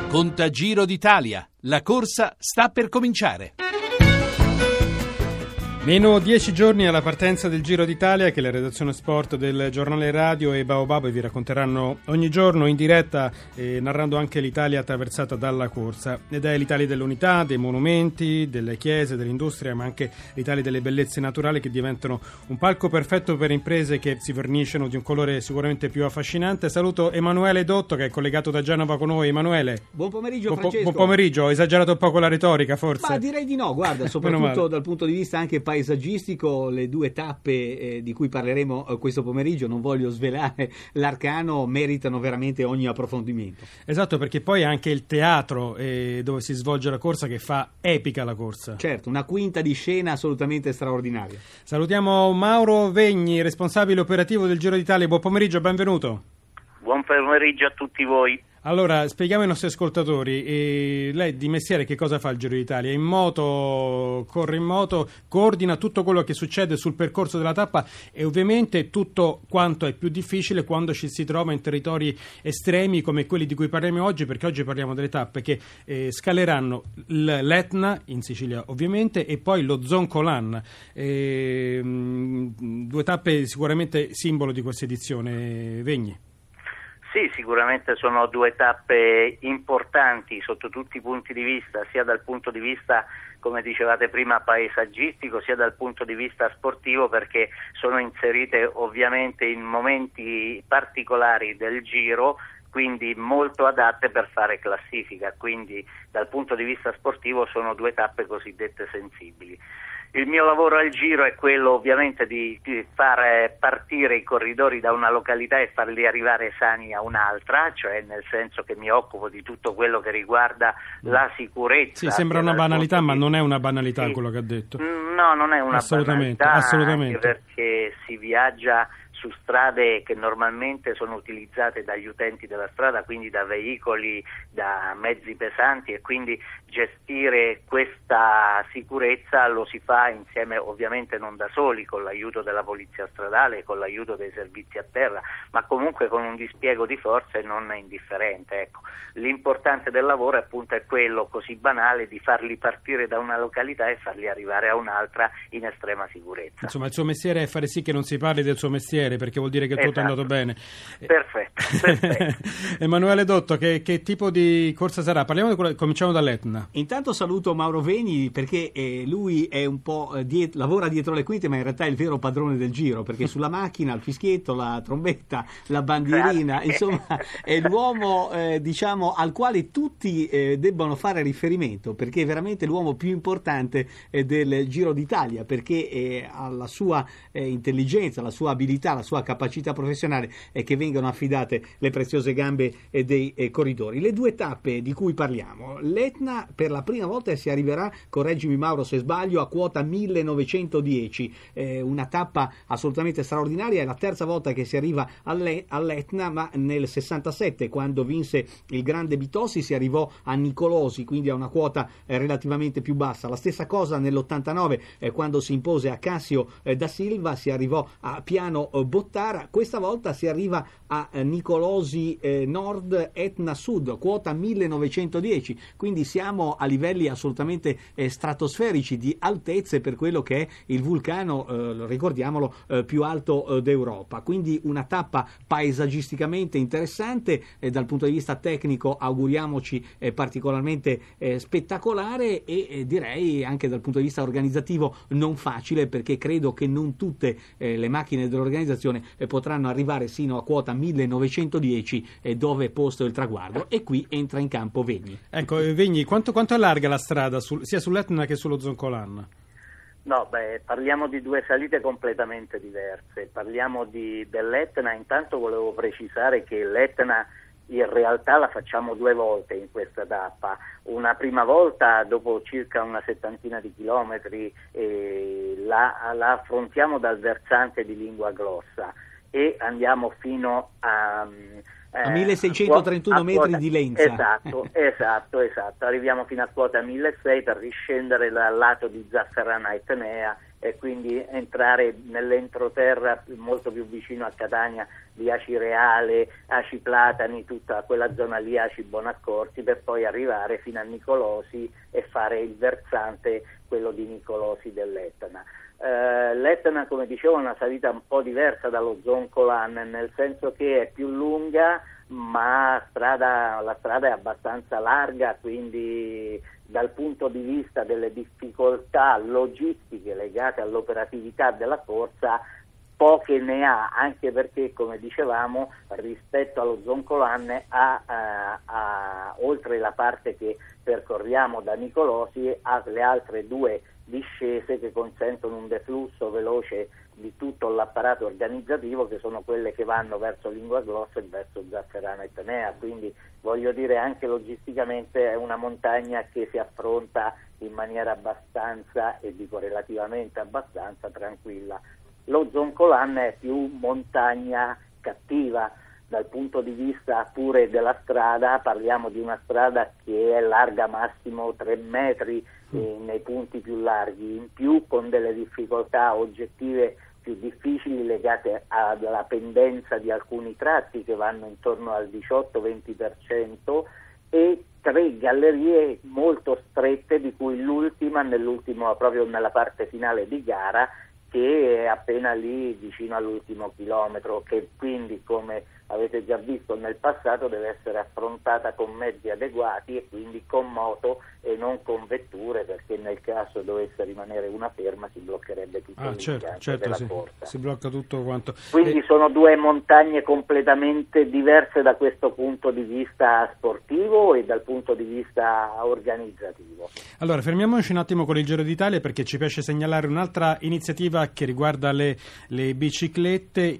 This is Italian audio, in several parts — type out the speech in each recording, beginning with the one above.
Conta Giro d'Italia, la corsa sta per cominciare. Meno 10 giorni alla partenza del Giro d'Italia che la redazione sport del giornale radio e Baobab vi racconteranno ogni giorno in diretta, narrando anche l'Italia attraversata dalla corsa. Ed è l'Italia dell'unità, dei monumenti, delle chiese, dell'industria, ma anche l'Italia delle bellezze naturali che diventano un palco perfetto per imprese che si verniscono di un colore sicuramente più affascinante. Saluto Emanuele Dotto che è collegato da Genova con noi. Emanuele. Buon pomeriggio Francesco. Buon pomeriggio, ho esagerato un po' con la retorica forse? Ma direi di no, guarda, soprattutto dal punto di vista anche paesaggistico, le due tappe di cui parleremo questo pomeriggio, non voglio svelare l'arcano, meritano veramente ogni approfondimento. Esatto, perché poi anche il teatro dove si svolge la corsa che fa epica la corsa. Certo, una quinta di scena assolutamente straordinaria. Salutiamo Mauro Vegni, responsabile operativo del Giro d'Italia. Buon pomeriggio, benvenuto. Buon pomeriggio a tutti voi. Allora, spieghiamo ai nostri ascoltatori, lei di mestiere che cosa fa il Giro d'Italia? In moto, corre in moto, coordina tutto quello che succede sul percorso della tappa e ovviamente tutto quanto è più difficile quando ci si trova in territori estremi come quelli di cui parliamo oggi, perché oggi parliamo delle tappe che scaleranno l'Etna, in Sicilia ovviamente, e poi lo Zoncolan, due tappe sicuramente simbolo di questa edizione. Vegni. Sì, sicuramente sono due tappe importanti sotto tutti i punti di vista, sia dal punto di vista, come dicevate prima, paesaggistico, sia dal punto di vista sportivo, perché sono inserite ovviamente in momenti particolari del Giro, quindi molto adatte per fare classifica, quindi dal punto di vista sportivo sono due tappe cosiddette sensibili. Il mio lavoro al Giro è quello ovviamente di far partire i corridori da una località e farli arrivare sani a un'altra, cioè nel senso che mi occupo di tutto quello che riguarda la sicurezza. Sì, sembra una banalità, ma non è una banalità sì. Quello che ha detto. No, non è una banalità, assolutamente. Anche perché si viaggia su strade che normalmente sono utilizzate dagli utenti della strada, quindi da veicoli, da mezzi pesanti, e quindi gestire questa sicurezza lo si fa insieme, ovviamente non da soli, con l'aiuto della polizia stradale, con l'aiuto dei servizi a terra, ma comunque con un dispiego di forze non indifferente. Ecco. L'importante del lavoro appunto è quello così banale di farli partire da una località e farli arrivare a un'altra in estrema sicurezza. Insomma, il suo mestiere è fare sì che non si parli del suo mestiere, perché vuol dire che tutto è andato bene. Perfetto. Emanuele Dotto, che tipo di corsa sarà? Cominciamo dall'Etna. Intanto saluto Mauro Veni, perché lui è un po' lavora dietro le quinte, ma in realtà è il vero padrone del Giro, perché sulla macchina, il fischietto, la trombetta, la bandierina, insomma è l'uomo diciamo al quale tutti debbano fare riferimento, perché è veramente l'uomo più importante del Giro d'Italia, perché ha la sua intelligenza, la sua abilità, la sua capacità professionale e che vengano affidate le preziose gambe dei corridori. Le due tappe di cui parliamo: l'Etna per la prima volta si arriverà, correggimi Mauro se sbaglio, a quota 1910, una tappa assolutamente straordinaria, è la terza volta che si arriva all'Etna, ma nel 67, quando vinse il grande Bitossi, si arrivò a Nicolosi, quindi a una quota relativamente più bassa. La stessa cosa nell'89, quando si impose a Cassio da Silva, si arrivò a Piano Bottara. Questa volta si arriva a Nicolosi Nord, Etna Sud, quota 1910, quindi siamo a livelli assolutamente stratosferici di altezze per quello che è il vulcano, ricordiamolo, più alto d'Europa. Quindi una tappa paesaggisticamente interessante, dal punto di vista tecnico auguriamoci particolarmente spettacolare, e direi anche dal punto di vista organizzativo non facile, perché credo che non tutte le macchine dell'organizzazione potranno arrivare sino a quota 1910, dove è posto il traguardo, e qui entra in campo Vegni. Ecco, Vegni, quanto è larga la strada sia sull'Etna che sullo Zoncolan? No, parliamo di due salite completamente diverse. Parliamo dell'Etna. Intanto volevo precisare che l'Etna in realtà la facciamo due volte in questa tappa. Una prima volta dopo circa una settantina di chilometri la affrontiamo dal versante di Lingua Grossa e andiamo fino a 1631 metri di lenza. Esatto. Arriviamo fino a quota 1600 per riscendere dal lato di Zafferana Etnea e quindi entrare nell'entroterra molto più vicino a Catania di Acireale, Aci Platani, tutta quella zona lì, Aci Bonaccorsi, per poi arrivare fino a Nicolosi e fare il versante, quello di Nicolosi dell'Etna. L'Etna, come dicevo, è una salita un po' diversa dallo Zoncolan, nel senso che è più lunga, ma la strada è abbastanza larga, quindi dal punto di vista delle difficoltà logistiche legate all'operatività della corsa poche ne ha, anche perché, come dicevamo, rispetto allo Zoncolan oltre la parte che percorriamo da Nicolosi, ha le altre due discese che consentono un deflusso veloce di tutto l'apparato organizzativo, che sono quelle che vanno verso Linguaglossa e verso Zafferana e Tenea, quindi voglio dire anche logisticamente è una montagna che si affronta in maniera abbastanza, e dico relativamente abbastanza, tranquilla. Lo Zoncolan è più montagna cattiva dal punto di vista pure della strada, parliamo di una strada che è larga massimo 3 metri nei punti più larghi, in più con delle difficoltà oggettive più difficili legate alla pendenza di alcuni tratti che vanno intorno al 18-20% e 3 gallerie molto strette, di cui l'ultima proprio nella parte finale di gara, che è appena lì vicino all'ultimo chilometro, che quindi, come avete già visto nel passato, deve essere affrontata con mezzi adeguati e quindi con moto e non con vetture, perché nel caso dovesse rimanere una ferma si bloccherebbe tutto l'impianto della corsa. Si blocca tutto quanto. Quindi sono due montagne completamente diverse da questo punto di vista sportivo e dal punto di vista organizzativo. Allora, fermiamoci un attimo con il Giro d'Italia, perché ci piace segnalare un'altra iniziativa che riguarda le biciclette,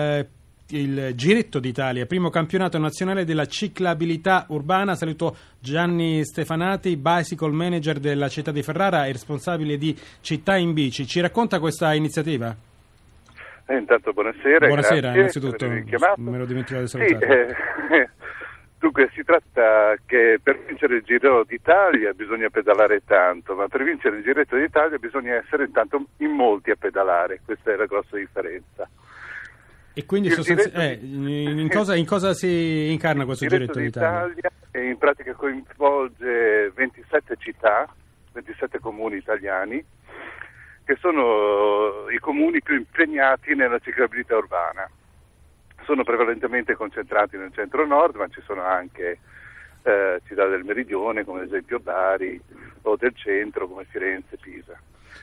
il Giretto d'Italia, primo campionato nazionale della ciclabilità urbana. Saluto Gianni Stefanati, bicycle manager della città di Ferrara e responsabile di Città in Bici. Ci racconta questa iniziativa? Intanto buonasera. Buonasera, innanzitutto, me l'ho dimenticato di salutare. Dunque si tratta che per vincere il Giro d'Italia bisogna pedalare tanto, ma per vincere il Giretto d'Italia bisogna essere intanto in molti a pedalare, questa è la grossa differenza. E quindi in cosa si incarna questo Giretto d'Italia? In pratica coinvolge 27 città, 27 comuni italiani, che sono i comuni più impegnati nella ciclabilità urbana. Sono prevalentemente concentrati nel centro-nord, ma ci sono anche città del meridione, come ad esempio Bari, o del centro, come Firenze, Pisa.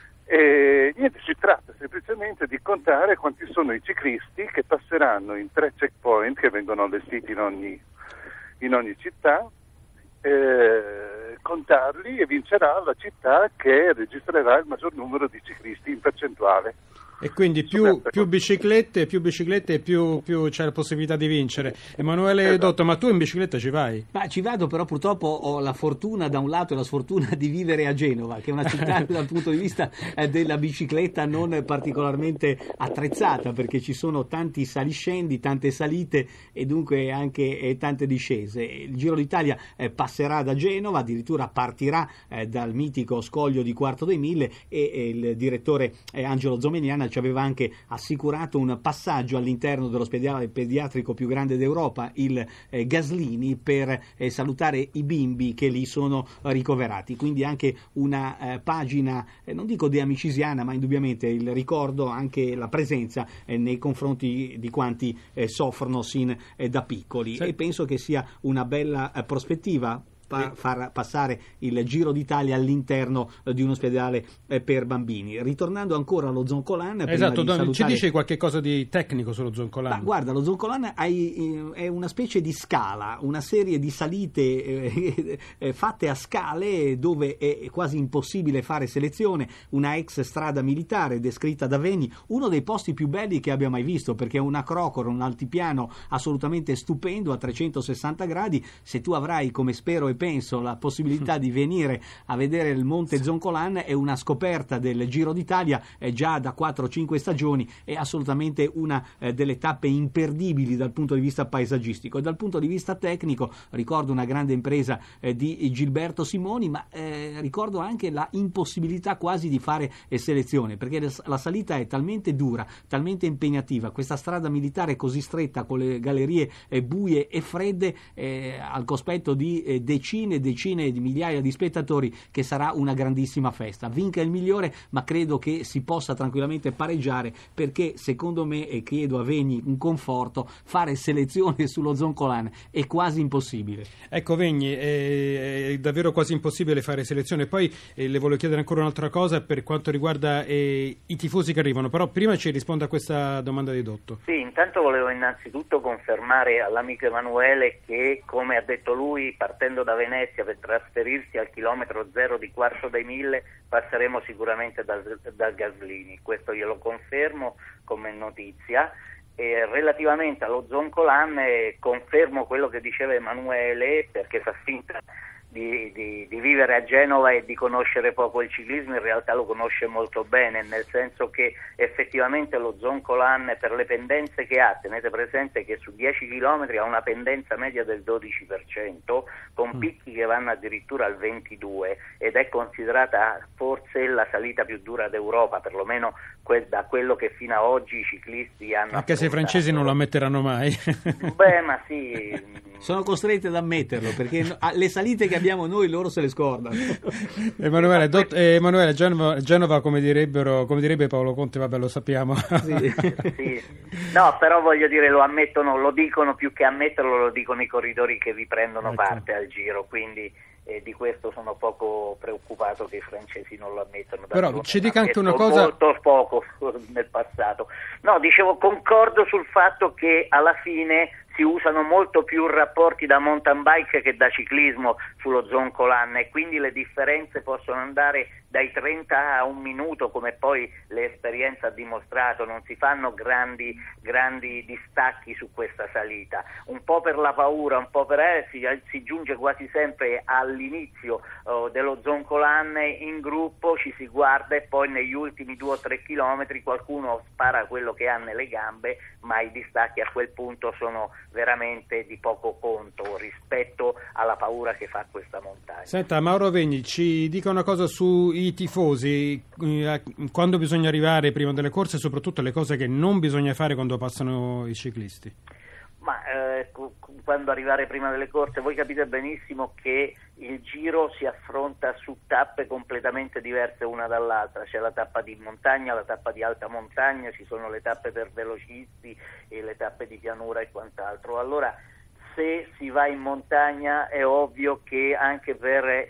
E niente, si tratta semplicemente di contare quanti sono i ciclisti che passeranno in 3 checkpoint che vengono allestiti in ogni città, contarli, e vincerà la città che registrerà il maggior numero di ciclisti in percentuale. E quindi più biciclette più c'è la possibilità di vincere. Emanuele Esatto. Dotto, ma tu in bicicletta ci vai? Ma ci vado, però purtroppo ho la fortuna da un lato e la sfortuna di vivere a Genova, che è una città dal punto di vista della bicicletta non particolarmente attrezzata, perché ci sono tanti saliscendi, tante salite e dunque anche tante discese. Il Giro d'Italia passerà da Genova, addirittura partirà dal mitico scoglio di Quarto dei Mille, e il direttore Angelo Zomeniana ci aveva anche assicurato un passaggio all'interno dell'ospedale pediatrico più grande d'Europa, il Gaslini, per salutare i bimbi che lì sono ricoverati. Quindi anche una pagina, non dico de amicisiana, ma indubbiamente il ricordo, anche la presenza nei confronti di quanti soffrono sin da piccoli. Sì. E penso che sia una bella prospettiva far passare il Giro d'Italia all'interno di un ospedale per bambini. Ritornando ancora allo Zoncolan, esatto, ci dici qualche cosa di tecnico sullo Zoncolan? Ma guarda, lo Zoncolan è una specie di scala, una serie di salite fatte a scale, dove è quasi impossibile fare selezione. Una ex strada militare descritta da Veni, uno dei posti più belli che abbia mai visto, perché è un acrocoro, un altipiano assolutamente stupendo a 360 gradi. Se tu avrai, come spero e penso, la possibilità di venire a vedere il Monte Zoncolan è una scoperta del Giro d'Italia, già da 4-5 stagioni, è assolutamente una delle tappe imperdibili dal punto di vista paesaggistico e dal punto di vista tecnico. Ricordo una grande impresa di Gilberto Simoni, ma ricordo anche la impossibilità quasi di fare selezione, perché la salita è talmente dura, talmente impegnativa, questa strada militare così stretta con le gallerie buie e fredde, al cospetto di decine e decine di migliaia di spettatori, che sarà una grandissima festa. Vinca il migliore, ma credo che si possa tranquillamente pareggiare, perché secondo me, e chiedo a Vegni un conforto, fare selezione sullo Zoncolan è quasi impossibile. Ecco Vegni, è davvero quasi impossibile fare selezione. Poi le voglio chiedere ancora un'altra cosa per quanto riguarda i tifosi che arrivano, però prima ci risponde a questa domanda di Dotto. Sì, intanto volevo innanzitutto confermare all'amico Emanuele che, come ha detto lui, partendo da Venezia per trasferirsi al chilometro 0 di Quarto dei Mille passeremo sicuramente dal Gaslini, questo glielo confermo come notizia. E relativamente allo Zoncolan confermo quello che diceva Emanuele, perché fa finta di vivere a Genova e di conoscere poco il ciclismo. In realtà lo conosce molto bene, nel senso che effettivamente lo Zoncolan, per le pendenze che ha, tenete presente che su 10 km ha una pendenza media del 12%, con picchi che vanno addirittura al 22%, ed è considerata forse la salita più dura d'Europa, perlomeno da quello che fino a oggi i ciclisti hanno anche se i francesi non lo ammetteranno mai. Beh, ma sì, sono costretti ad ammetterlo, perché le salite che abbiamo noi loro se le scordano. Emanuele, Genova come direbbe Paolo Conte, vabbè, lo sappiamo. Sì. Sì. No, però voglio dire, lo ammettono, lo dicono, più che ammetterlo lo dicono i corridori che vi prendono parte al Giro, quindi di questo sono poco preoccupato che i francesi non lo ammettano. Però ci dica anche una cosa, molto poco nel passato. No, dicevo, concordo sul fatto che alla fine si usano molto più rapporti da mountain bike che da ciclismo sullo Zoncolan, e quindi le differenze possono andare dai 30 a un minuto, come poi l'esperienza ha dimostrato. Non si fanno grandi distacchi su questa salita, un po' per la paura, un po' per si giunge quasi sempre all'inizio dello Zoncolan in gruppo, ci si guarda e poi negli ultimi 2 o 3 chilometri qualcuno spara quello che ha nelle gambe, ma i distacchi a quel punto sono veramente di poco conto rispetto alla paura che fa questa montagna. Senta, Mauro Vegni, ci dica una cosa sui tifosi, quando bisogna arrivare prima delle corse e soprattutto le cose che non bisogna fare quando passano i ciclisti. Ma quando arrivare prima delle corse, voi capite benissimo che il Giro si affronta su tappe completamente diverse una dall'altra. C'è la tappa di montagna, la tappa di alta montagna, ci sono le tappe per velocisti e le tappe di pianura e quant'altro. Allora, se si va in montagna è ovvio che anche per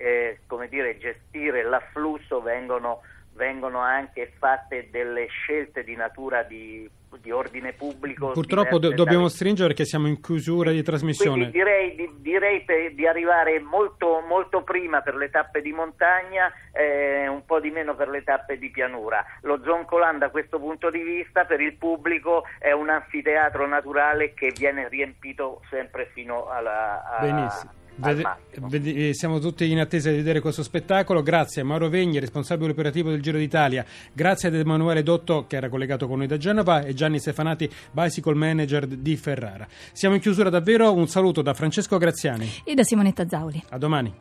gestire l'afflusso vengono anche fatte delle scelte di natura di ordine pubblico. Purtroppo dobbiamo stringere perché siamo in chiusura di trasmissione. Quindi direi di arrivare molto, molto prima per le tappe di montagna, un po' di meno per le tappe di pianura. Lo Zoncolan da questo punto di vista per il pubblico è un anfiteatro naturale che viene riempito sempre fino Benissimo. Siamo tutti in attesa di vedere questo spettacolo. Grazie a Mauro Vegni, responsabile operativo del Giro d'Italia, grazie ad Emanuele Dotto che era collegato con noi da Genova e Gianni Stefanati, bicycle manager di Ferrara. Siamo in chiusura davvero, un saluto da Francesco Graziani e da Simonetta Zauli. A domani.